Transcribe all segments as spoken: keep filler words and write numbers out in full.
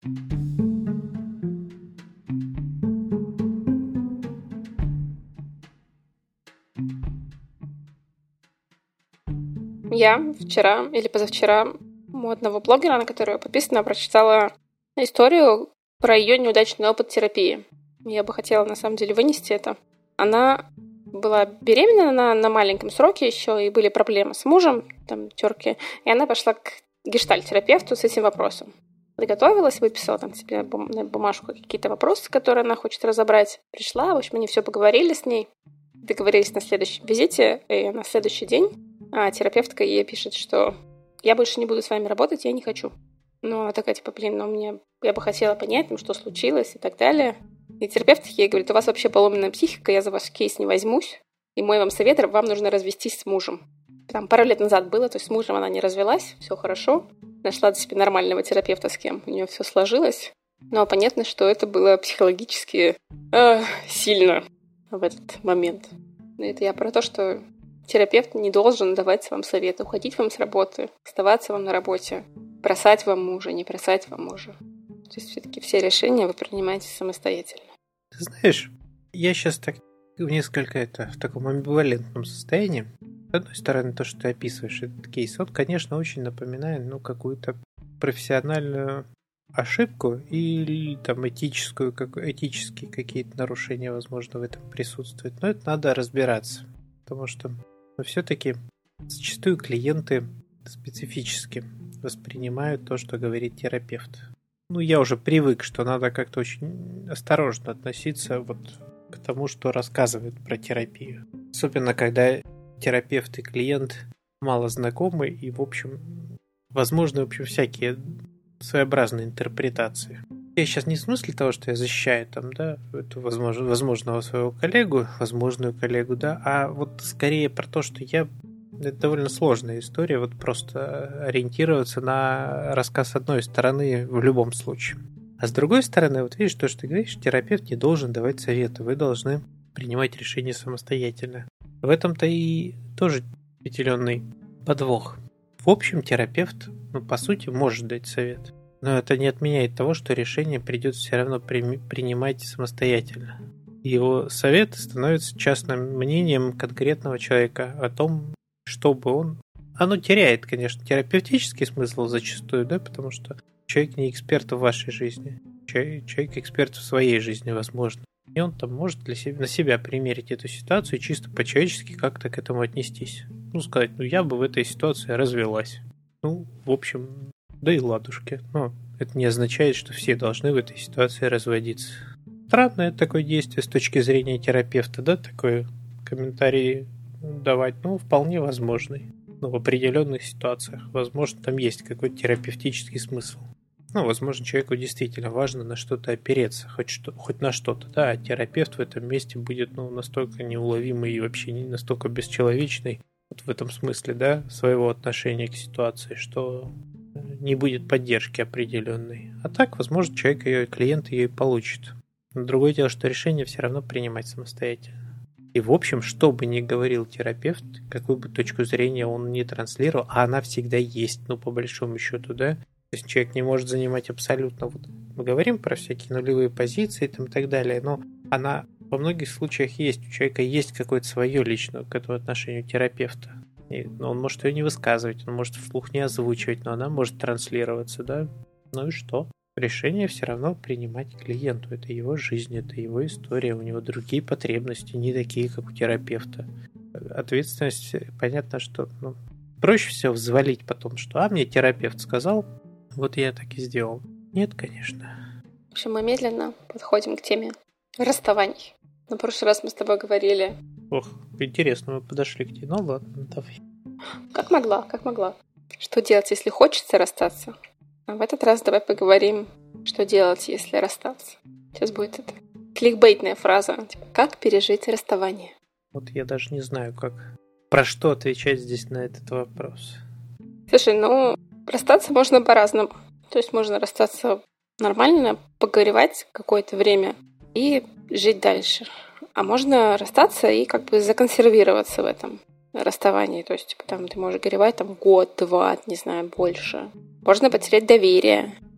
Я вчера или позавчера у одного блогера, на которого я подписана, прочитала историю про ее неудачный опыт терапии. Я бы хотела, на самом деле, вынести это. Она была беременна на, на маленьком сроке еще, и были проблемы с мужем, там, терки, и она пошла к гештальт-терапевту с этим вопросом. Подготовилась, выписала там себе на бумажку какие-то вопросы, которые она хочет разобрать. Пришла, в общем, они все поговорили с ней, договорились на следующем визите, и на следующий день а терапевтка ей пишет, что я больше не буду с вами работать, я не хочу. Ну, она такая, типа, блин, ну, мне, я бы хотела понять, ну, что случилось и так далее. И терапевт ей говорит, у вас вообще поломанная психика, я за ваш кейс не возьмусь, и мой вам совет, вам нужно развестись с мужем. Там пару лет назад было, то есть с мужем она не развелась, все хорошо, нашла для себя нормального терапевта, с кем у нее все сложилось. Но понятно, что это было психологически э, сильно в этот момент. Это я про то, что терапевт не должен давать вам советы, уходить вам с работы, оставаться вам на работе, бросать вам мужа, не бросать вам мужа. То есть все-таки все решения вы принимаете самостоятельно. Ты знаешь, я сейчас так в несколько это, в таком амбивалентном состоянии. С одной стороны, то, что ты описываешь этот кейс, он, конечно, очень напоминает ну, какую-то профессиональную ошибку или там этическую, как, этические какие-то нарушения, возможно, в этом присутствуют. Но это надо разбираться, потому что но все-таки зачастую клиенты специфически воспринимают то, что говорит терапевт. Ну, я уже привык, что надо как-то очень осторожно относиться вот к тому, что рассказывают про терапию. Особенно, когда терапевт и клиент мало знакомы и, в общем, возможны, в общем, всякие своеобразные интерпретации. Я сейчас не в смысле того, что я защищаю там, да, эту возможно, возможного своего коллегу, возможную коллегу, да, а вот скорее про то, что я... Это довольно сложная история, вот просто ориентироваться на рассказ одной стороны в любом случае. А с другой стороны, вот видишь, то, что ты говоришь, терапевт не должен давать советы, вы должны принимать решения самостоятельно. В этом-то и тоже определенный подвох. В общем, терапевт, ну, по сути, может дать совет. Но это не отменяет того, что решение придется все равно при, принимать самостоятельно. Его советы становятся частным мнением конкретного человека о том, чтобы он... Оно теряет, конечно, терапевтический смысл зачастую, да, потому что человек не эксперт в вашей жизни. Человек, человек эксперт в своей жизни, возможно. И он там может для себя, на себя примерить эту ситуацию и чисто по-человечески как-то к этому отнестись. Ну, сказать, ну, я бы в этой ситуации развелась. Ну, в общем... Да и ладушки. Но это не означает, что все должны в этой ситуации разводиться. Странное такое действие с точки зрения терапевта, да, такой комментарий давать, ну, вполне возможный. Но в определенных ситуациях, возможно, там есть какой-то терапевтический смысл. Ну, возможно, человеку действительно важно на что-то опереться, хоть, что, хоть на что-то, да, а терапевт в этом месте будет, ну, настолько неуловимый и вообще не настолько бесчеловечный, вот в этом смысле, да, своего отношения к ситуации, что... не будет поддержки определенной. А так, возможно, человек, ее клиент ее и получит. Но другое дело, что решение все равно принимать самостоятельно. И, в общем, что бы ни говорил терапевт, какую бы точку зрения он ни транслировал, а она всегда есть, ну, по большому счету, да? То есть человек не может занимать абсолютно... Вот мы говорим про всякие нулевые позиции там, и так далее, но она во многих случаях есть. У человека есть какое-то свое личное к этому отношению терапевта. И, ну, он может ее не высказывать, он может вслух не озвучивать, но она может транслироваться, да? Ну и что? Решение все равно принимать клиенту. Это его жизнь, это его история, у него другие потребности, не такие, как у терапевта. Ответственность, понятно, что ну, проще всего взвалить потом, что «а, мне терапевт сказал, вот я так и сделал». Нет, конечно. В общем, мы медленно подходим к теме расставаний. На прошлый раз мы с тобой говорили... Ох, интересно, мы подошли к тебе. Ну ладно, давай. Как могла, как могла. Что делать, если хочется расстаться? А в этот раз давай поговорим, что делать, если расстаться. Сейчас будет это кликбейтная фраза. Типа, как пережить расставание? Вот я даже не знаю, как... Про что отвечать здесь на этот вопрос. Слушай, ну, расстаться можно по-разному. То есть можно расстаться нормально, погоревать какое-то время и жить дальше. А можно расстаться и как бы законсервироваться в этом расставании. То есть, типа, там ты можешь горевать там год, два, не знаю, больше. Можно потерять доверие.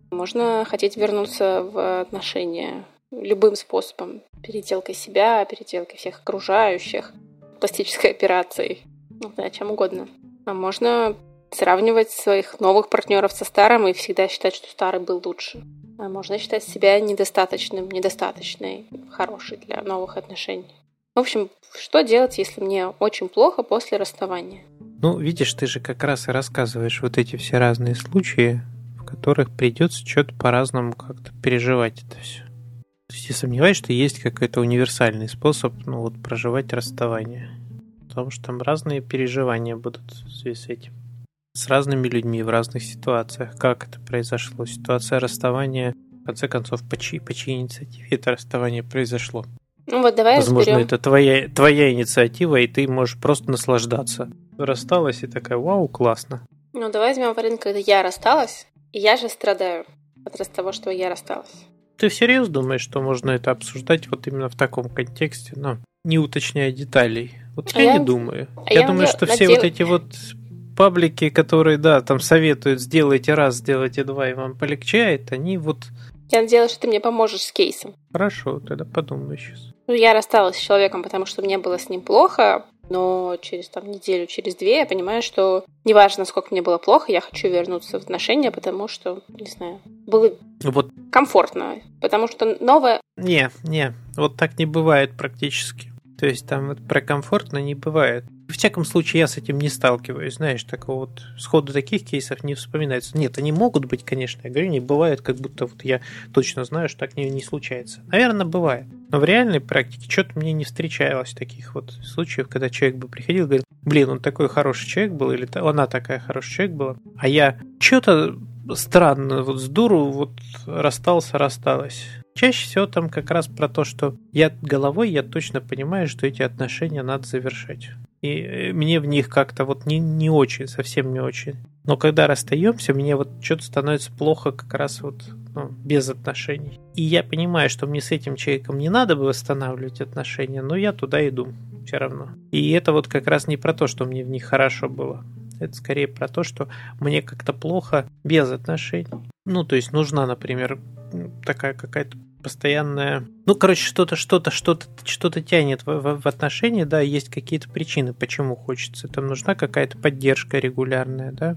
Можно хотеть вернуться в отношения любым способом. Переделкой себя, переделкой всех окружающих, пластической операцией, ну, да, чем угодно. А можно сравнивать своих новых партнеров со старым и всегда считать, что старый был лучше. А можно считать себя недостаточным, недостаточной, хорошей для новых отношений. В общем, что делать, если мне очень плохо после расставания? Ну, видишь, ты же как раз и рассказываешь вот эти все разные случаи, в которых придется что-то по-разному как-то переживать это все. То есть я сомневаюсь, что есть какой-то универсальный способ, ну, вот, проживать расставание. Потому что там разные переживания будут в связи с этим. С разными людьми в разных ситуациях. Как это произошло? Ситуация расставания, в конце концов, по чьей, по чьей инициативе это расставание произошло? Ну вот давай Возможно, разберем. это твоя, твоя инициатива, и ты можешь просто наслаждаться. Рассталась и такая, вау, классно. Ну давай возьмем вариант, когда я рассталась, и я же страдаю от того, что я рассталась. Ты всерьез думаешь, что можно это обсуждать вот именно в таком контексте, но не уточняя деталей? Вот А я, я- не думаю. а я я думаю, надел- что все надел- вот эти вот паблики, которые, да, там советуют, сделайте раз, сделайте два, и вам полегчает, они вот... Я надеялась, что ты мне поможешь с кейсом. Хорошо, тогда подумаю сейчас. Ну, я рассталась с человеком, потому что мне было с ним плохо, но через там неделю, через две я понимаю, что неважно, сколько мне было плохо, я хочу вернуться в отношения, потому что, не знаю, было Вот, комфортно. Потому что новое... не, не, вот так не бывает практически. То есть там вот про комфортно не бывает. В всяком случае, я с этим не сталкиваюсь, знаешь, такого вот сходу таких кейсов не вспоминается. Нет, они могут быть, конечно, я говорю, не бывает, как будто вот я точно знаю, что так не, не случается. Наверное, бывает. Но в реальной практике что-то мне не встречалось таких вот случаев, когда человек бы приходил и говорил, блин, он такой хороший человек был, или она такая хороший человек была, а я что-то странно, вот с дуру вот расстался, рассталась. Чаще всего там как раз про то, что я головой я точно понимаю, что эти отношения надо завершать. И мне в них как-то вот не, не очень, совсем не очень. Но когда расстаемся, мне вот что-то становится плохо как раз вот ну, без отношений. И я понимаю, что мне с этим человеком не надо бы восстанавливать отношения, но я туда иду все равно. И это вот как раз не про то, что мне в них хорошо было. Это скорее про то, что мне как-то плохо без отношений. Ну, то есть нужна, например, такая какая-то постоянная... Ну, короче, что-то, что-то, что-то, что-то тянет в, в, в отношения, да, есть какие-то причины, почему хочется. Там нужна какая-то поддержка регулярная, да.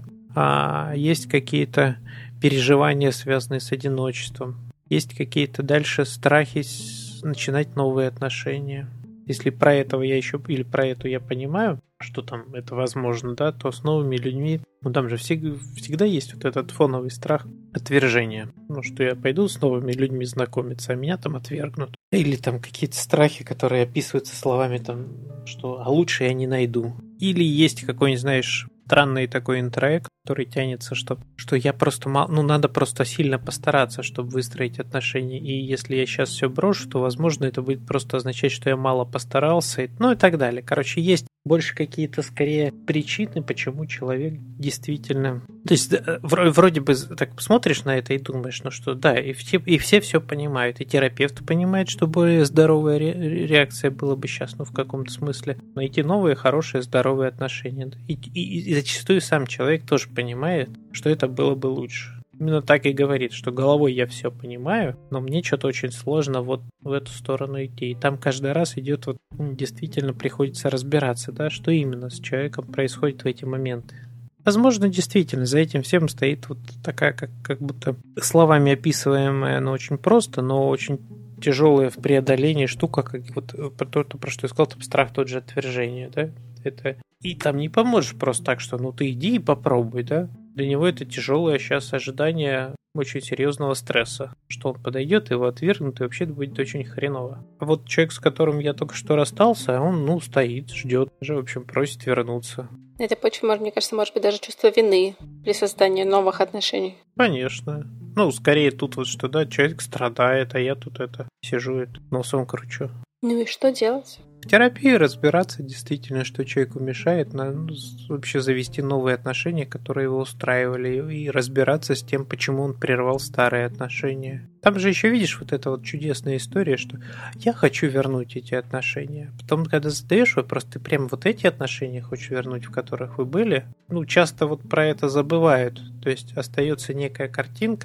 А есть какие-то переживания, связанные с одиночеством. Есть какие-то дальше страхи начинать новые отношения. Если про этого я еще, или про эту я понимаю, что там это возможно, да, то с новыми людьми, ну там же всегда, всегда есть вот этот фоновый страх отвержения. Ну, что я пойду с новыми людьми знакомиться, а меня там отвергнут. Или там какие-то страхи, которые описываются словами там, что «а лучше я не найду». Или есть какой-нибудь, знаешь, странный такой интроект, который тянется, что, что я просто мало, ну, надо просто сильно постараться, чтобы выстроить отношения. И если я сейчас все брошу, то, возможно, это будет просто означать, что я мало постарался, ну и так далее. Короче, есть больше какие-то, скорее, причины, почему человек действительно... То есть, вроде бы, так смотришь на это и думаешь, ну что, да, и все, и все все понимают, и терапевт понимает, что более здоровая реакция была бы сейчас, ну, в каком-то смысле, найти новые, хорошие, здоровые отношения. И, и, и зачастую сам человек тоже понимает, что это было бы лучше. Именно так и говорит, что головой я все понимаю, но мне что-то очень сложно вот в эту сторону идти. И там каждый раз идет вот действительно приходится разбираться, да, что именно с человеком происходит в эти моменты. Возможно, действительно, за этим всем стоит вот такая, как, как будто словами описываемая, но очень просто, но очень тяжелая в преодолении штука, как вот про то, про что я сказал, там страх тот же отвержения, да, это... И там не поможешь просто так, что ну ты иди и попробуй, да. Для него это тяжелое сейчас ожидание очень серьезного стресса, что он подойдет, его отвергнут, и вообще это будет очень хреново. А вот человек, с которым я только что расстался, он, ну, стоит, ждет, даже, в общем, просит вернуться. Это почему, мне кажется, может быть даже чувство вины при создании новых отношений. Конечно. Ну, скорее тут вот что, да, человек страдает, а я тут это сижу, это носом кручу. Ну и что делать? В терапии разбираться действительно, что человеку мешает, ну, вообще завести новые отношения, которые его устраивали, и разбираться с тем, почему он прервал старые отношения. Там же еще видишь вот эта вот чудесная история, что я хочу вернуть эти отношения. Потом, когда задаешь вопрос, ты прям вот эти отношения хочешь вернуть, в которых вы были, ну, часто вот про это забывают. То есть остается некая картинка,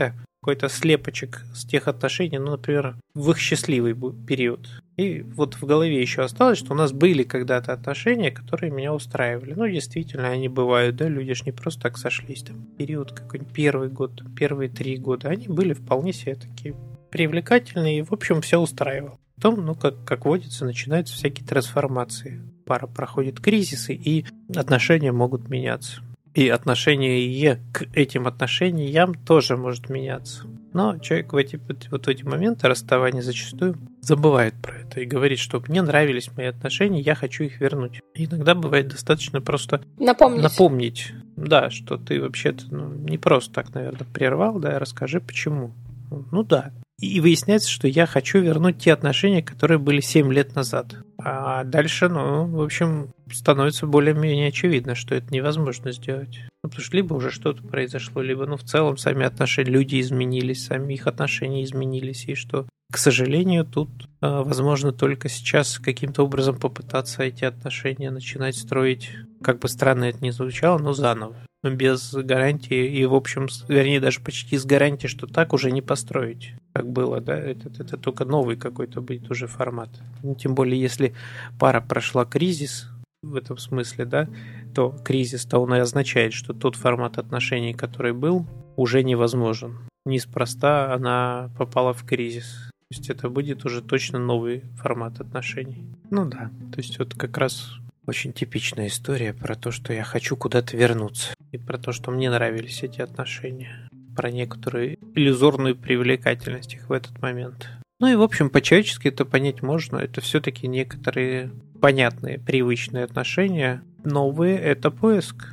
какой-то слепочек с тех отношений, ну, например, в их счастливый период. И вот в голове еще осталось, что у нас были когда-то отношения, которые меня устраивали. Ну, действительно, они бывают, да, люди ж не просто так сошлись. Там период какой-нибудь первый год, первые три года, они были вполне себе такие привлекательные, и, в общем, все устраивало. Потом, ну, как, как водится, начинаются всякие трансформации. Пара проходит кризисы, и отношения могут меняться. И отношение к этим отношениям тоже может меняться. Но человек в эти, вот в эти моменты расставания зачастую забывает про это и говорит, что мне нравились мои отношения, я хочу их вернуть. И иногда бывает достаточно просто напомнить. напомнить, да, что ты вообще-то ну, не просто так, наверное, прервал, да, расскажи почему. Ну да. И выясняется, что я хочу вернуть те отношения, которые были семь лет назад. А дальше, ну, в общем, становится более-менее очевидно, что это невозможно сделать. Ну, потому что либо уже что-то произошло, либо, ну, в целом сами отношения, люди изменились, сами их отношения изменились, и что, к сожалению, тут э, возможно только сейчас каким-то образом попытаться эти отношения начинать строить, как бы странно это ни звучало, но заново. Без гарантии и, в общем, вернее, даже почти с гарантией, что так уже не построить, как было, да, это, это только новый какой-то будет уже формат. Ну, тем более, если пара прошла кризис в этом смысле, да, то кризис-то он и означает, что тот формат отношений, который был, уже невозможен. Неспроста она попала в кризис. То есть это будет уже точно новый формат отношений. Ну да, то есть вот как раз очень типичная история про то, что я хочу куда-то вернуться. И про то, что мне нравились эти отношения. Про некоторую иллюзорную привлекательность их в этот момент. Ну и, в общем, по-человечески это понять можно. Это все-таки некоторые понятные, привычные отношения. Новые – это поиск.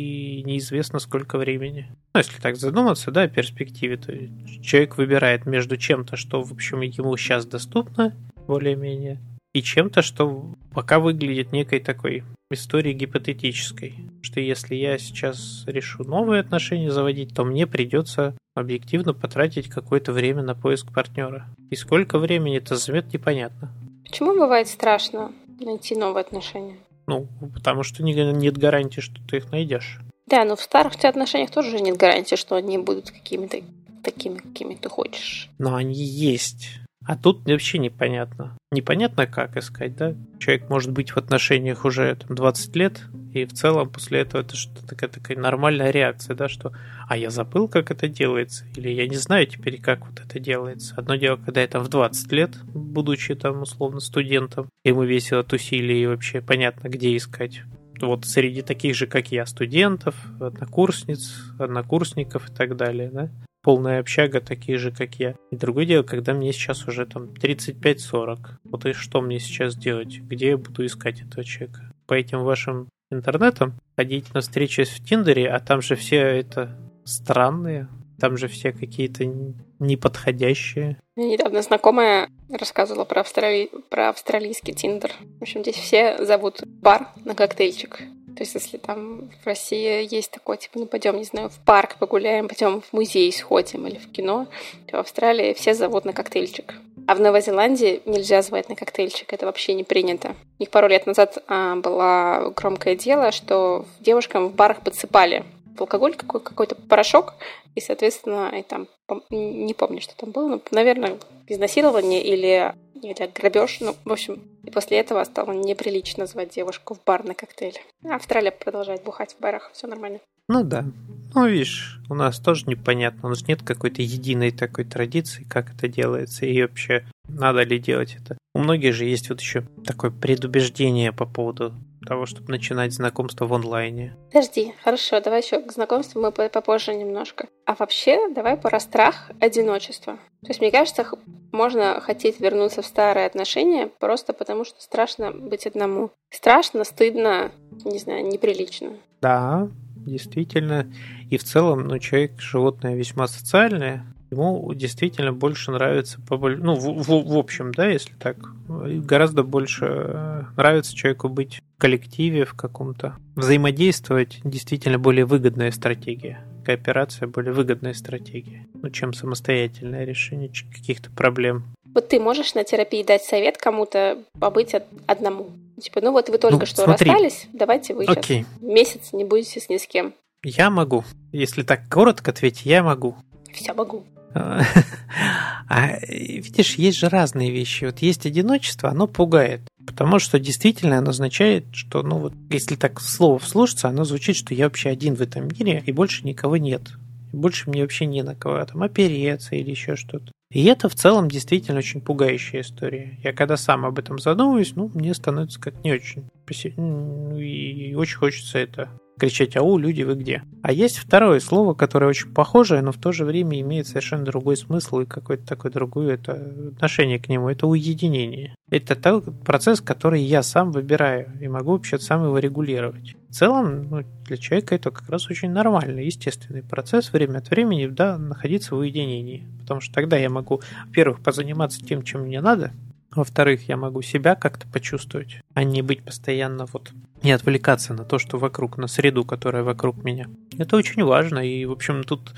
И неизвестно, сколько времени. Ну, если так задуматься, да, о перспективе, то человек выбирает между чем-то, что, в общем, ему сейчас доступно, более-менее, и чем-то, что пока выглядит некой такой историей гипотетической. Что если я сейчас решу новые отношения заводить, то мне придется объективно потратить какое-то время на поиск партнера. И сколько времени это займет, непонятно. Почему бывает страшно найти новые отношения? Ну, потому что нет гарантии, что ты их найдешь. Да, но в старых у тебя отношениях тоже нет гарантии, что они будут какими-то такими, какими ты хочешь. Но они есть. А тут вообще непонятно. Непонятно, как искать, да? Человек может быть в отношениях уже там, двадцать лет, и в целом после этого это что-то такая, такая нормальная реакция, да, что «а я забыл, как это делается», или «я не знаю теперь, как вот это делается». Одно дело, когда я там в двадцать лет, будучи там условно студентом, и мы весело тусили, и вообще понятно, где искать. Вот среди таких же, как я, студентов, однокурсниц, однокурсников и так далее, да? Полная общага, такие же, как я. И другое дело, когда мне сейчас уже там тридцать пять сорок. Вот и что мне сейчас делать? Где я буду искать этого человека? По этим вашим интернетам ходить на встречи в Тиндере, а там же все это странные, там же все какие-то неподходящие. Мне недавно знакомая рассказывала про, австрали... про австралийский Тиндер. В общем, здесь все зовут бар на коктейльчик. То есть, если там в России есть такое, типа, ну, пойдем, не знаю, в парк погуляем, пойдем в музей сходим или в кино, то в Австралии все зовут на коктейльчик. А в Новой Зеландии нельзя звать на коктейльчик, это вообще не принято. У них пару лет назад а, было громкое дело, что девушкам в барах подсыпали в алкоголь какой- какой-то порошок, и, соответственно, и там, не помню, что там было, но, наверное, изнасилование или, или грабеж, ну, в общем, и после этого стало неприлично звать девушку в бар на коктейль. А Австралия продолжает бухать в барах, все нормально. Ну да. Ну, видишь, у нас тоже непонятно, у нас нет какой-то единой такой традиции, как это делается, и вообще, надо ли делать это. У многих же есть вот еще такое предубеждение по поводу того, чтобы начинать знакомство в онлайне. Подожди, хорошо, давай еще к знакомству мы попозже немножко. А вообще, давай про страх одиночества. То есть, мне кажется, можно хотеть вернуться в старые отношения просто потому, что страшно быть одному. Страшно, стыдно, не знаю, неприлично. Да, действительно. И в целом, ну, человек, животное весьма социальное, ему действительно больше нравится, ну, в, в, в общем, да, если так, гораздо больше нравится человеку быть в коллективе, в каком-то, взаимодействовать, действительно более выгодная стратегия. Кооперация более выгодная стратегия, ну, чем самостоятельное решение каких-то проблем. Вот ты можешь на терапии дать совет кому-то побыть одному? Типа, ну вот вы только ну, что смотри. расстались, давайте вы Окей. сейчас месяц не будете с ни с кем. Я могу. Если так коротко ответить, я могу. Все могу. А видишь, есть же разные вещи. Вот есть одиночество, оно пугает. Потому что действительно оно означает, что, ну вот, если так слово вслушаться, оно звучит, что я вообще один в этом мире, и больше никого нет. И больше мне вообще не на кого там опереться или еще что-то. И это в целом действительно очень пугающая история. Я когда сам об этом задумываюсь, ну, мне становится как не очень. И очень хочется это кричать: «Ау, люди, вы где?». А есть второе слово, которое очень похожее, но в то же время имеет совершенно другой смысл и какое-то такое другое это отношение к нему. Это уединение. Это тот процесс, который я сам выбираю и могу вообще сам его регулировать. В целом, ну, для человека это как раз очень нормальный, естественный процесс время от времени, да, находиться в уединении. Потому что тогда я могу, во-первых, позаниматься тем, чем мне надо, во-вторых, я могу себя как-то почувствовать, а не быть постоянно вот, не отвлекаться на то, что вокруг, на среду, которая вокруг меня. Это очень важно, и, в общем, тут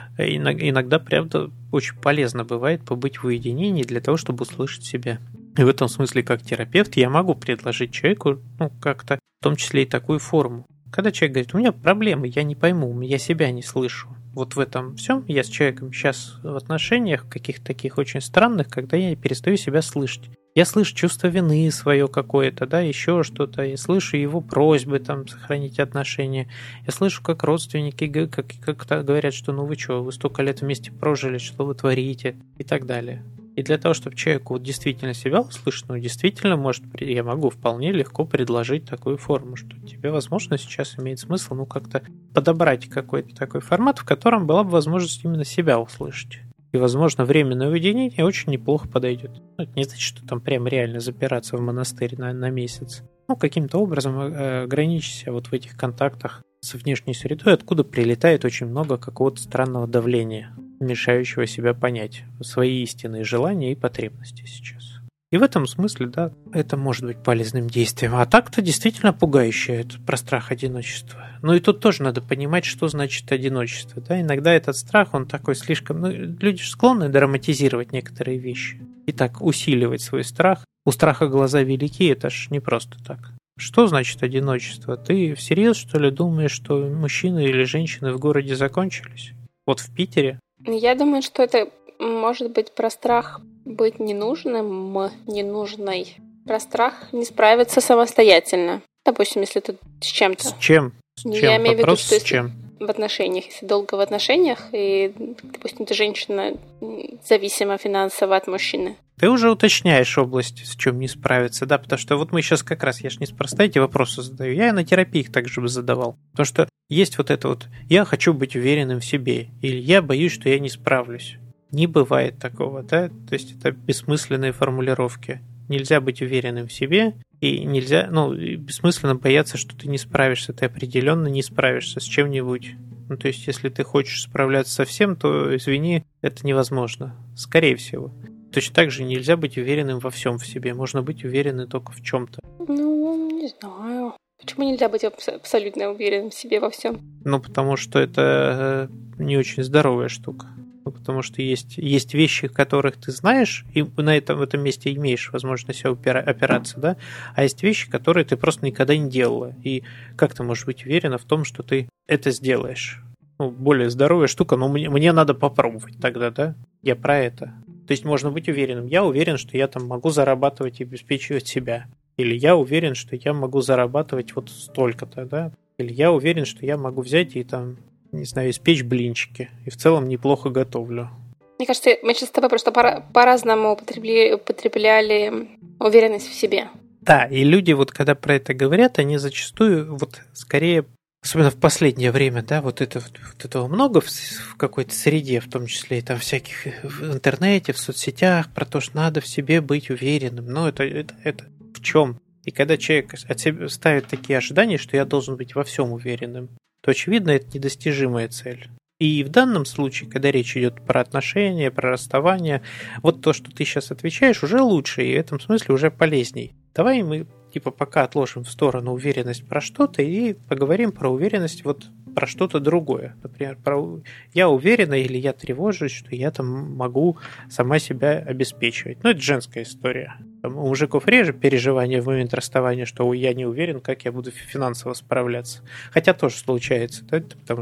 иногда, правда, очень полезно бывает побыть в уединении для того, чтобы услышать себя. И в этом смысле, как терапевт, я могу предложить человеку, ну, как-то, в том числе и такую форму. Когда человек говорит: у меня проблемы, я не пойму, я себя не слышу. Вот в этом всем я с человеком сейчас в отношениях каких-то таких очень странных, когда я перестаю себя слышать. Я слышу чувство вины свое какое-то, да, еще что-то. Я слышу его просьбы там сохранить отношения. Я слышу, как родственники как, как-то говорят, что ну вы что, вы столько лет вместе прожили, что вы творите и так далее. И для того, чтобы человеку вот действительно себя услышать, ну, действительно, может, я могу вполне легко предложить такую форму, что тебе, возможно, сейчас имеет смысл, ну, как-то подобрать какой-то такой формат, в котором была бы возможность именно себя услышать. И, возможно, временное уединение очень неплохо подойдет. Ну, это не значит, что там прям реально запираться в монастырь на, на месяц. Ну, каким-то образом ограничить себя вот в этих контактах с внешней средой, откуда прилетает очень много какого-то странного давления, мешающего себя понять свои истинные желания и потребности сейчас. И в этом смысле, да, это может быть полезным действием. А так-то действительно пугающее, это про страх одиночества. Ну и тут тоже надо понимать, что значит одиночество. Да? Иногда этот страх, он такой слишком... Ну, люди же склонны драматизировать некоторые вещи. И так усиливать свой страх. У страха глаза велики, это ж не просто так. Что значит одиночество? Ты всерьез, что ли, думаешь, что мужчины или женщины в городе закончились? Вот в Питере? Я думаю, что это может быть про страх быть ненужным, ненужной. Про страх не справиться самостоятельно. Допустим, если ты с чем-то. С чем? С чем? Я имею Вопрос, в виду, что с чем? В отношениях, если долго в отношениях, и, допустим, ты женщина зависима финансово от мужчины. Ты уже уточняешь область, с чем не справиться, да, потому что вот мы сейчас как раз, я ж неспроста эти вопросы задаю, я и на терапии их также бы задавал, потому что есть вот это вот, я хочу быть уверенным в себе, или я боюсь, что я не справлюсь. Не бывает такого, да, то есть это бессмысленные формулировки. Нельзя быть уверенным в себе, и нельзя, ну, бессмысленно бояться, что ты не справишься, ты определенно не справишься с чем-нибудь. Ну, то есть, если ты хочешь справляться со всем, то, извини, это невозможно, скорее всего. Точно так же нельзя быть уверенным во всем в себе, можно быть уверенным только в чем-то. Ну, не знаю. Почему нельзя быть абсолютно уверенным в себе во всем? Ну, потому что это не очень здоровая штука. Ну, потому что есть, есть вещи, которых ты знаешь, и на этом, в этом месте имеешь возможность себя опираться, да, а есть вещи, которые ты просто никогда не делала. И как ты можешь быть уверена в том, что ты это сделаешь? Ну, более здоровая штука, но мне, мне надо попробовать тогда, да? Я про это. То есть можно быть уверенным. Я уверен, что я там могу зарабатывать и обеспечивать себя. Или я уверен, что я могу зарабатывать вот столько-то, да? Или я уверен, что я могу взять и там, не знаю, испечь блинчики. И в целом неплохо готовлю. Мне кажется, мы сейчас с тобой просто по-разному употребляли, употребляли уверенность в себе. Да, и люди вот когда про это говорят, они зачастую вот скорее, особенно в последнее время, да, вот, это, вот этого много в, в какой-то среде, в том числе и там всяких в интернете, в соцсетях, про то, что надо в себе быть уверенным. Но это, это, это в чем? И когда человек от себя ставит такие ожидания, что я должен быть во всем уверенным, то, очевидно, это недостижимая цель. И в данном случае, когда речь идет про отношения, про расставание, вот то, что ты сейчас отвечаешь, уже лучше, и в этом смысле уже полезней. Давай мы типа пока отложим в сторону уверенность про что-то и поговорим про уверенность вот про что-то другое. Например, про я уверена или я тревожусь, что я там могу сама себя обеспечивать. Ну, это женская история. Там у мужиков реже переживания в момент расставания, что я не уверен, как я буду финансово справляться. Хотя тоже случается, да? Потому что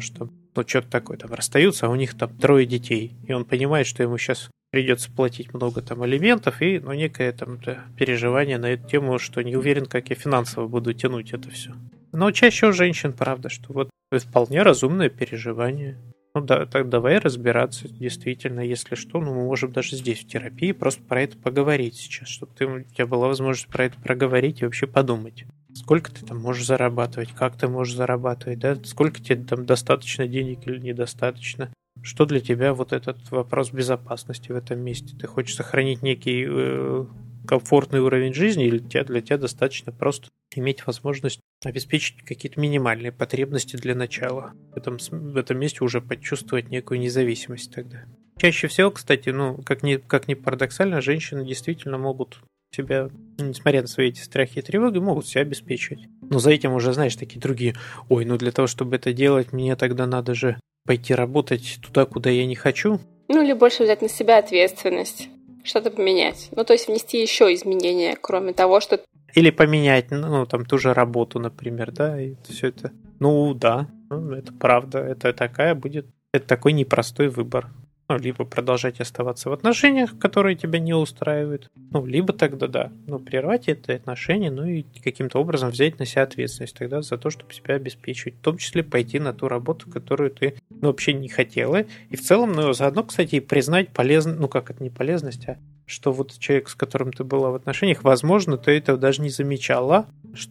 ну, что-то такое, там, расстаются, а у них там трое детей, и он понимает, что ему сейчас придется платить много там алиментов, и, ну, некое там да, переживание на эту тему, что не уверен, как я финансово буду тянуть это все. Но чаще у женщин, правда, что вот вполне разумное переживание. Ну да, так давай разбираться, действительно, если что, ну мы можем даже здесь в терапии просто про это поговорить сейчас, чтобы ты, у тебя была возможность про это проговорить и вообще подумать. Сколько ты там можешь зарабатывать, как ты можешь зарабатывать, да, сколько тебе там достаточно денег или недостаточно. Что для тебя вот этот вопрос безопасности в этом месте? Ты хочешь сохранить некий э, комфортный уровень жизни или тебя, для тебя достаточно просто иметь возможность обеспечить какие-то минимальные потребности для начала. В этом, в этом месте уже почувствовать некую независимость тогда. Чаще всего, кстати, ну, как ни, как ни парадоксально, женщины действительно могут себя, несмотря на свои эти страхи и тревоги, могут себя обеспечивать. Но за этим уже, знаешь, такие другие, ой, ну для того, чтобы это делать, мне тогда надо же пойти работать туда, куда я не хочу. Ну, или больше взять на себя ответственность, что-то поменять. Ну, то есть внести еще изменения, кроме того, что... Или поменять, ну, там, ту же работу, например, да, и все это. Ну, да, ну, это правда, это такая будет, это такой непростой выбор. Ну, либо продолжать оставаться в отношениях, которые тебя не устраивают, ну, либо тогда, да, ну, прервать это отношения, ну, и каким-то образом взять на себя ответственность тогда за то, чтобы себя обеспечивать, в том числе пойти на ту работу, которую ты, ну, вообще не хотела, и в целом, ну, заодно, кстати, признать полезность, ну, как это не полезность, а что вот человек, с которым ты была в отношениях, возможно, ты этого даже не замечала,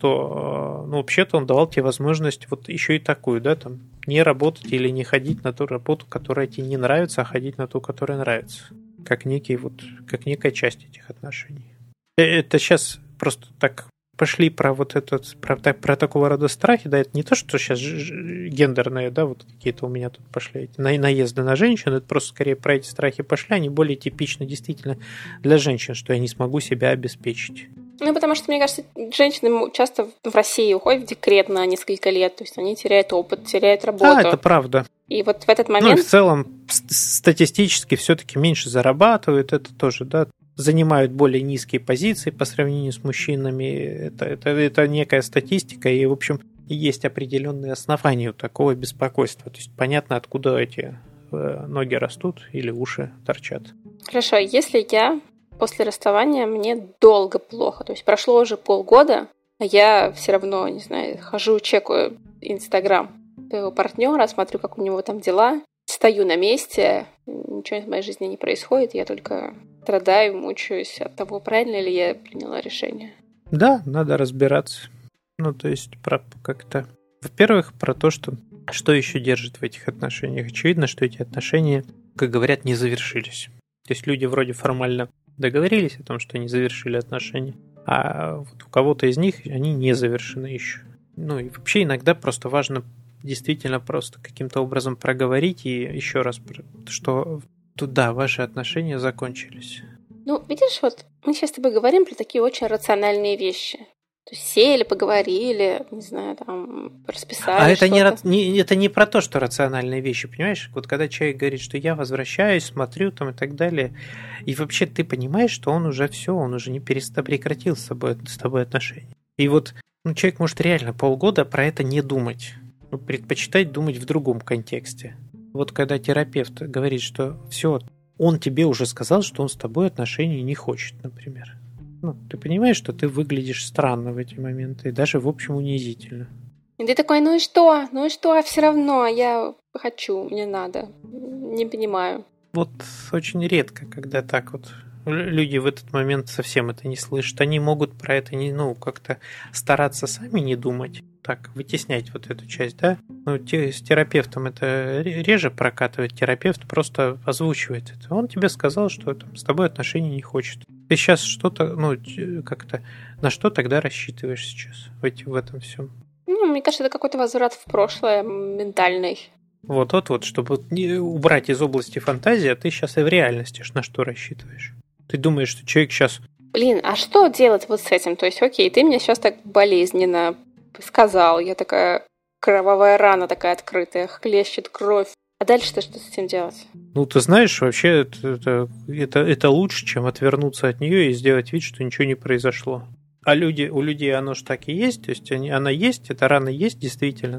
что, ну, вообще-то он давал тебе возможность вот еще и такую, да, там, не работать или не ходить на ту работу, которая тебе не нравится, а ходить на ту, которая нравится. Как некий вот, как некая часть этих отношений. Это сейчас просто так пошли про вот этот, про, про такого рода страхи, да, это не то, что сейчас гендерные, да, вот какие-то у меня тут пошли эти наезды на женщин, это просто скорее про эти страхи пошли, они более типичны действительно для женщин, что я не смогу себя обеспечить. Ну, потому что, мне кажется, женщины часто в России уходят в декрет на несколько лет, то есть они теряют опыт, теряют работу. Да, это правда. И вот в этот момент... Ну, и в целом, статистически все-таки меньше зарабатывают, это тоже, да, занимают более низкие позиции по сравнению с мужчинами. Это, это, это некая статистика, и, в общем, есть определенные основания у такого беспокойства. То есть понятно, откуда эти ноги растут или уши торчат. Хорошо, если я после расставания, мне долго плохо, то есть прошло уже полгода, а я все равно, не знаю, хожу, чекаю Инстаграм своего партнера, смотрю, как у него там дела, стою на месте, ничего в моей жизни не происходит, я только страдаю, мучаюсь от того, правильно ли я приняла решение. Да, надо разбираться. Ну, то есть, про как-то... Во-первых, про то, что, что еще держит в этих отношениях. Очевидно, что эти отношения, как говорят, не завершились. То есть люди вроде формально договорились о том, что они завершили отношения, а вот у кого-то из них они не завершены еще. Ну и вообще иногда просто важно действительно просто каким-то образом проговорить и еще раз, что да, ваши отношения закончились. Ну, видишь, вот мы сейчас с тобой говорим про такие очень рациональные вещи. То есть сели, поговорили, не знаю, там, расписали А это что-то. не, не, это не про то, что рациональные вещи, понимаешь? Вот когда человек говорит, что я возвращаюсь, смотрю там и так далее, и вообще ты понимаешь, что он уже все, он уже не перестал, прекратил с тобой, с тобой отношения. И вот ну, человек может реально полгода про это не думать, ну, предпочитать думать в другом контексте. Вот когда терапевт говорит, что все, он тебе уже сказал, что он с тобой отношений не хочет, например. Ну, ты понимаешь, что ты выглядишь странно в эти моменты, и даже, в общем, унизительно. И ты такой, ну и что? Ну и что? Все равно я хочу, мне надо. Не понимаю. Вот очень редко, когда так вот люди в этот момент совсем это не слышат. Они могут про это не, ну, как-то стараться сами не думать, так, вытеснять вот эту часть, да? Ну, те, с терапевтом это реже прокатывает. Терапевт просто озвучивает это. Он тебе сказал, что там, с тобой отношений не хочет. Ты сейчас что-то, ну, как-то, на что тогда рассчитываешь сейчас в, эти, в этом всем? Ну, мне кажется, это какой-то возврат в прошлое ментальный. Вот-вот-вот, чтобы убрать из области фантазии, а ты сейчас и в реальности на что рассчитываешь? Ты думаешь, что человек сейчас... Блин, а что делать вот с этим? То есть, окей, ты мне сейчас так болезненно сказал, я такая кровавая рана такая открытая, хлещет кровь. А дальше-то что с этим делать? Ну, ты знаешь, вообще это, это, это, это лучше, чем отвернуться от нее и сделать вид, что ничего не произошло. А люди, у людей оно же так и есть, то есть они, она есть, эта рана есть действительно, но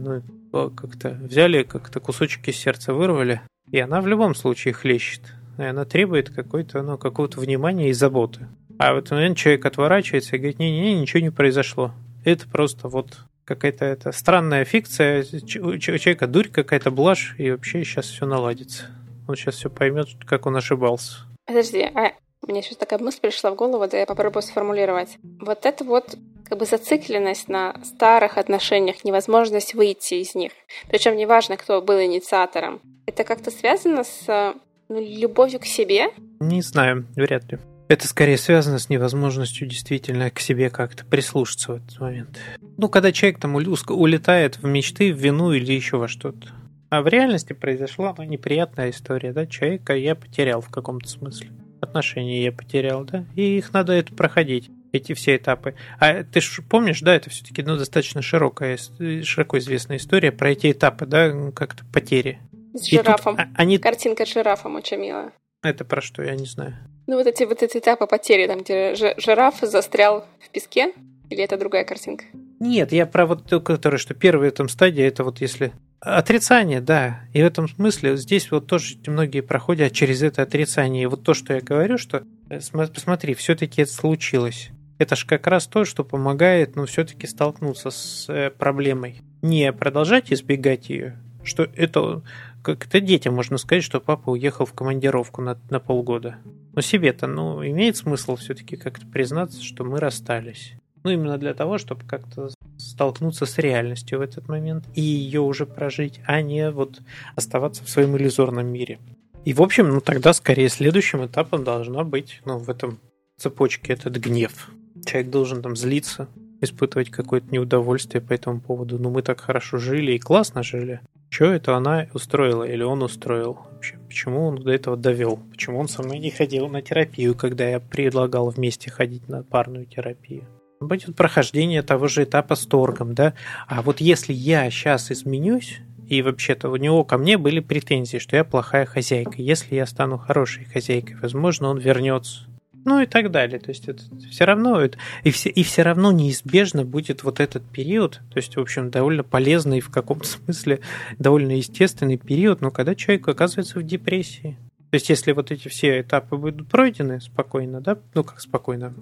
как-то взяли, как-то кусочек из сердца вырвали, и она в любом случае хлещет. И она требует какой-то, ну, какого-то внимания и заботы. А в этот момент человек отворачивается и говорит: не-не-не, ничего не произошло. Это просто вот какая-то это странная фикция, у человека дурь какая-то, блажь, и вообще сейчас все наладится. Он сейчас все поймет, как он ошибался. Подожди, а мне сейчас такая мысль пришла в голову, да я попробую сформулировать. Вот это вот как бы зацикленность на старых отношениях, невозможность выйти из них. Причем неважно, кто был инициатором. Это как-то связано с ну, любовью к себе? Не знаю, вряд ли. Это скорее связано с невозможностью действительно к себе как-то прислушаться в этот момент. Ну, когда человек там улетает в мечты, в вину или еще во что-то. А в реальности произошла ну, неприятная история, да, человека я потерял в каком-то смысле. Отношения я потерял, да, и их надо это проходить, эти все этапы. А ты ж помнишь, да, это все-таки ну, достаточно широкая, широко известная история про эти этапы, да, как-то потери. С жирафом. Тут, они... Картинка с жирафом очень милая. Это про что, я не знаю. Ну, вот эти вот эти этапы потери, там, где жираф застрял в песке, или это другая картинка? Нет, я про вот ту, которая, что первая там стадия, это вот если... Отрицание, да. И в этом смысле здесь вот тоже многие проходят через это отрицание. И вот то, что я говорю, что посмотри, все-таки это случилось. Это же как раз то, что помогает, ну, все-таки столкнуться с проблемой. Не продолжать избегать ее, что это... Как-то детям можно сказать, что папа уехал в командировку на, на полгода. Но себе-то, ну, имеет смысл все-таки как-то признаться, что мы расстались. Ну, именно для того, чтобы как-то столкнуться с реальностью в этот момент и ее уже прожить, а не вот оставаться в своем иллюзорном мире. И, в общем, ну, тогда скорее следующим этапом должна быть, ну, в этом цепочке этот гнев. Человек должен там злиться, испытывать какое-то неудовольствие по этому поводу. Ну, мы так хорошо жили и классно жили. Что это она устроила или он устроил? Вообще, почему он до этого довел? Почему он со мной не ходил на терапию, когда я предлагал вместе ходить на парную терапию? Будет прохождение того же этапа с торгом, да? А вот если я сейчас изменюсь, и вообще-то у него ко мне были претензии, что я плохая хозяйка. Если я стану хорошей хозяйкой, возможно, он вернется. Ну и так далее. То есть это все равно это, и, все, и все равно неизбежно будет вот этот период, то есть, в общем, довольно полезный, в каком-то смысле довольно естественный период, но когда человек оказывается в депрессии. То есть, если вот эти все этапы будут пройдены спокойно, да, ну как спокойно,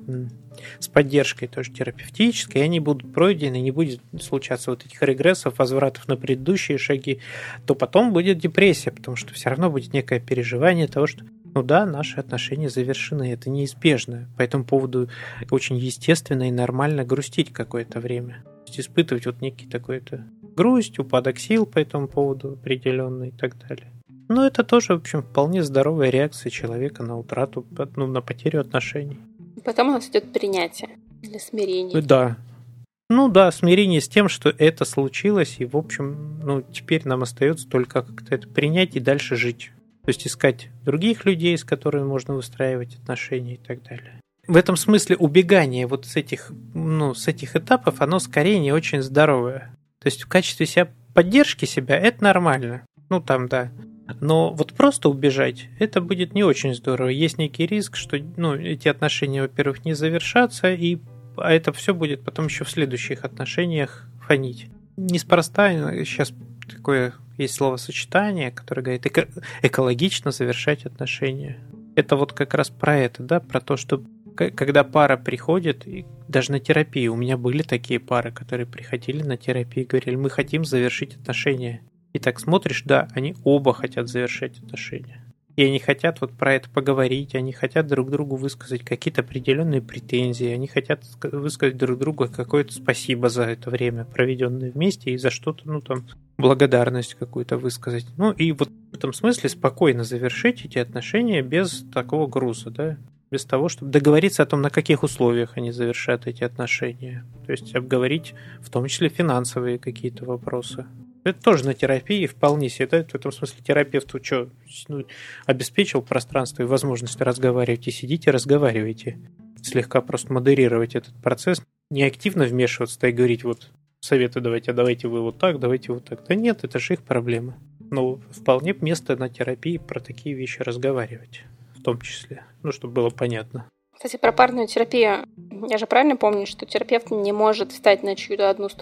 с поддержкой тоже терапевтической, и они будут пройдены, не будет случаться вот этих регрессов, возвратов на предыдущие шаги, то потом будет депрессия, потому что все равно будет некое переживание того, что ну да, наши отношения завершены, это неизбежно. По этому поводу очень естественно и нормально грустить какое-то время. То есть испытывать вот некий такой-то грусть, упадок сил по этому поводу определенный и так далее. Но это тоже, в общем, вполне здоровая реакция человека на утрату, ну, на потерю отношений. Потом у нас идет принятие или смирение. Да. Ну да, смирение с тем, что это случилось, и, в общем, ну, теперь нам остается только как-то это принять и дальше жить. То есть искать других людей, с которыми можно выстраивать отношения и так далее. В этом смысле убегание вот с этих, ну, с этих этапов, оно скорее не очень здоровое. То есть в качестве себя поддержки себя это нормально. Ну там, да. Но вот просто убежать, это будет не очень здорово. Есть некий риск, что ну, эти отношения, во-первых, не завершатся, и а это все будет потом еще в следующих отношениях фонить. Неспроста сейчас такое есть словосочетание, которое говорит эко- экологично завершать отношения. Это вот как раз про это, да, про то, что когда пара приходит, и даже на терапию, у меня были такие пары, которые приходили на терапию и говорили, мы хотим завершить отношения. И так смотришь, да, они оба хотят завершать отношения. И они хотят вот про это поговорить, они хотят друг другу высказать какие-то определенные претензии, они хотят высказать друг другу какое-то спасибо за это время, проведенное вместе, и за что-то, ну там, благодарность какую-то высказать. Ну и вот в этом смысле спокойно завершить эти отношения без такого груза, да, без того, чтобы договориться о том, на каких условиях они завершат эти отношения. То есть обговорить в том числе финансовые какие-то вопросы. Это тоже на терапии вполне себе, да? В этом смысле терапевт что, ну, обеспечил пространство и возможность разговаривать, и сидите, разговаривайте. Слегка просто модерировать этот процесс, не активно вмешиваться и говорить, вот, советы давайте, а давайте вы вот так, давайте вот так. Да нет, это же их проблемы. Но вполне место на терапии про такие вещи разговаривать, в том числе, ну, чтобы было понятно. Кстати, про парную терапию. Я же правильно помню, что терапевт не может встать на чью-то одну сторону?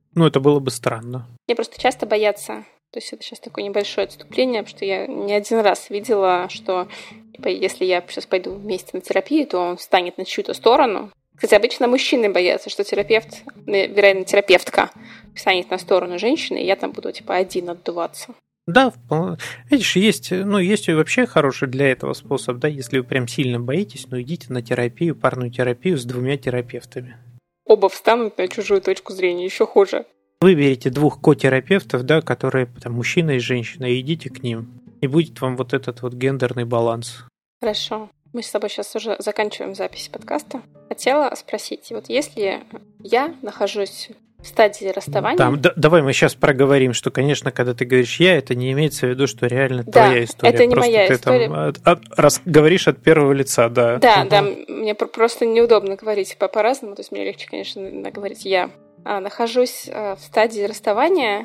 Ну, это было бы странно. Мне просто часто боятся. То есть это сейчас такое небольшое отступление, потому что я не один раз видела, что типа, если я сейчас пойду вместе на терапию, то он встанет на чью-то сторону. Кстати, обычно мужчины боятся, что терапевт, вероятно, терапевтка встанет на сторону женщины, и я там буду типа один отдуваться. Да, видишь, есть, ну, есть и вообще хороший для этого способ, да, если вы прям сильно боитесь, ну, идите на терапию, парную терапию с двумя терапевтами. Оба встанут на чужую точку зрения, еще хуже. Выберите двух ко-терапевтов, да, которые там мужчина и женщина, и идите к ним. И будет вам вот этот вот гендерный баланс. Хорошо. Мы с тобой сейчас уже заканчиваем запись подкаста. Хотела спросить, вот если я нахожусь в стадии расставания... Да, да, давай мы сейчас проговорим, что, конечно, когда ты говоришь «я», это не имеется в виду, что реально да, твоя история. это не просто моя ты история. Там, от, от, раз говоришь от первого лица, да. Да, угу. да, мне просто неудобно говорить по- по-разному, то есть мне легче, конечно, говорить «я». А, нахожусь а, в стадии расставания,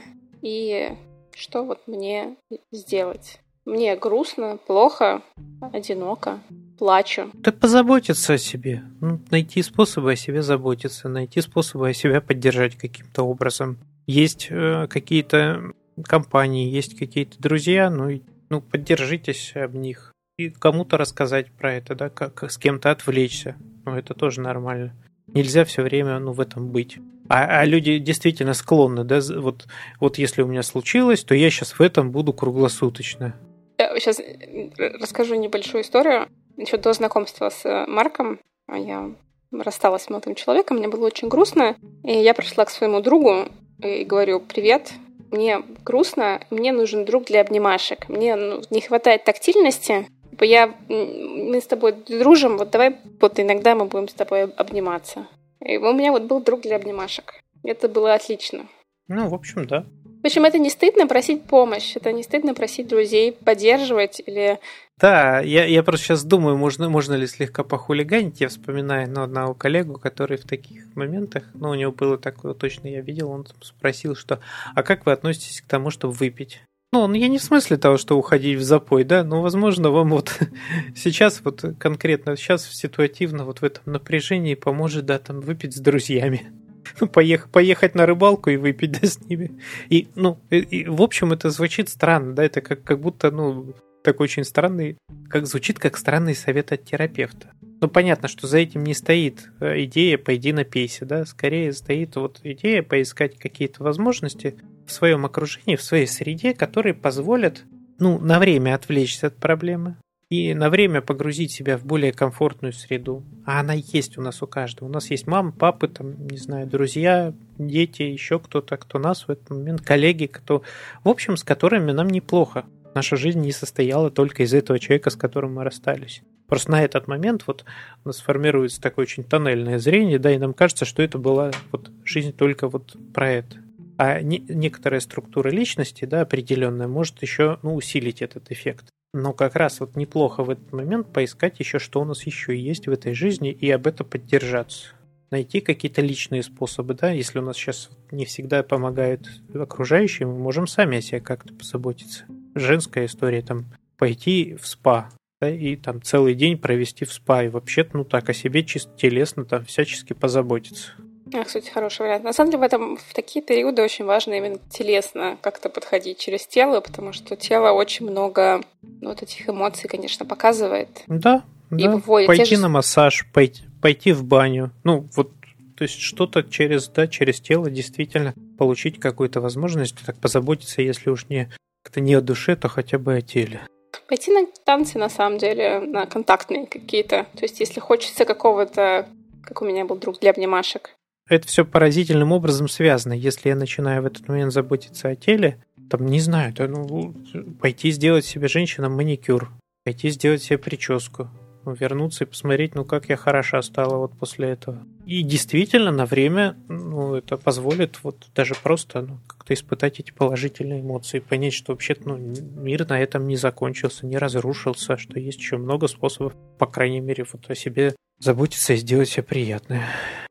и что вот мне сделать? Мне грустно, плохо, одиноко, плачу. Да позаботиться о себе, ну, найти способы о себе заботиться, найти способы о себя поддержать каким-то образом. Есть э, какие-то компании, есть какие-то друзья, ну, ну, поддержитесь об них. И кому-то рассказать про это, да, как с кем-то отвлечься, ну, это тоже нормально. Нельзя все время, ну, в этом быть. А, а люди действительно склонны, да, вот, вот если у меня случилось, то я сейчас в этом буду круглосуточно. Я сейчас расскажу небольшую историю. Еще до знакомства с Марком я рассталась с молодым человеком, мне было очень грустно, и я пришла к своему другу и говорю: «Привет, мне грустно, мне нужен друг для обнимашек, мне ну, не хватает тактильности, я, мы с тобой дружим, вот давай вот иногда мы будем с тобой обниматься». И у меня вот был друг для обнимашек. Это было отлично. Ну, в общем, да. В общем, это не стыдно просить помощь, это не стыдно просить друзей поддерживать или... Да, я, я просто сейчас думаю, можно, можно ли слегка похулиганить. Я вспоминаю ну, одного коллегу, который в таких моментах, ну, у него было такое, точно я видел, он спросил, что, а как вы относитесь к тому, чтобы выпить? Ну, я не в смысле того, что уходить в запой, да, но, возможно, вам вот сейчас вот конкретно, сейчас ситуативно вот в этом напряжении поможет, да, там, выпить с друзьями. Ну, поехать, поехать на рыбалку и выпить, да, с ними. И, ну, и, и, в общем, это звучит странно, да, это как, как будто, ну, такой очень странный, как звучит как странный совет от терапевта. Ну, понятно, что за этим не стоит идея «пойди напейся», да, скорее стоит вот идея поискать какие-то возможности в своем окружении, в своей среде, которые позволят, ну, на время отвлечься от проблемы и на время погрузить себя в более комфортную среду. А она есть у нас у каждого. У нас есть мама, папы, там, не знаю, друзья, дети, еще кто-то, кто нас в этот момент, коллеги, кто, в общем, с которыми нам неплохо. Наша жизнь не состояла только из этого человека, с которым мы расстались. Просто на этот момент вот у нас формируется такое очень тоннельное зрение, да, и нам кажется, что это была вот жизнь только вот про это. А не, некоторая структура личности, да, определенная, может еще ну, усилить этот эффект. Но как раз вот неплохо в этот момент поискать еще, что у нас еще есть в этой жизни, и об этом поддержаться. Найти какие-то личные способы, да, если у нас сейчас не всегда помогают окружающие, мы можем сами о себе как-то позаботиться. Женская история, там, пойти в спа, да, и там целый день провести в спа, и вообще-то, ну так, о себе чисто телесно там всячески позаботиться. А, кстати, хороший вариант. На самом деле в, этом, в такие периоды очень важно именно телесно как-то подходить через тело, потому что тело очень много ну, вот этих эмоций, конечно, показывает. Да, и да. выводит. Пойти же... на массаж, пойти, пойти в баню. Ну, вот, то есть что-то через, да, через тело действительно получить какую-то возможность, так позаботиться, если уж не как-то не о душе, то хотя бы о теле. Пойти на танцы, на самом деле, на контактные какие-то. То есть если хочется какого-то, как у меня был друг для обнимашек, это все поразительным образом связано. Если я начинаю в этот момент заботиться о теле, там, не знаю, то, ну, пойти сделать себе женщинам маникюр, пойти сделать себе прическу, вернуться и посмотреть, ну, как я хороша стала вот после этого. И действительно, на время, ну, это позволит вот даже просто ну, как-то испытать эти положительные эмоции, понять, что вообще-то ну, мир на этом не закончился, не разрушился, что есть еще много способов, по крайней мере, вот о себе заботиться и сделать себе приятное.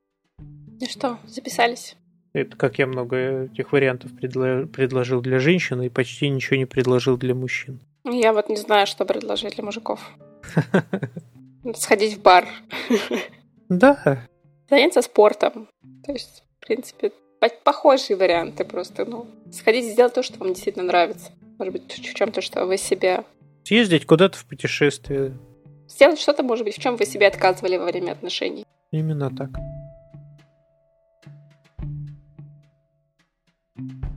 Ну что, записались? Это как я много этих вариантов предло- предложил для женщин и почти ничего не предложил для мужчин. Я вот не знаю, что предложить для мужиков. Сходить в бар. Да. Заняться спортом. То есть, в принципе, похожие варианты просто, ну, сходить и сделать то, что вам действительно нравится. Может быть, в чем-то, что вы себе... Съездить куда-то в путешествие. Сделать что-то, может быть, в чем вы себе отказывали во время отношений. Именно так.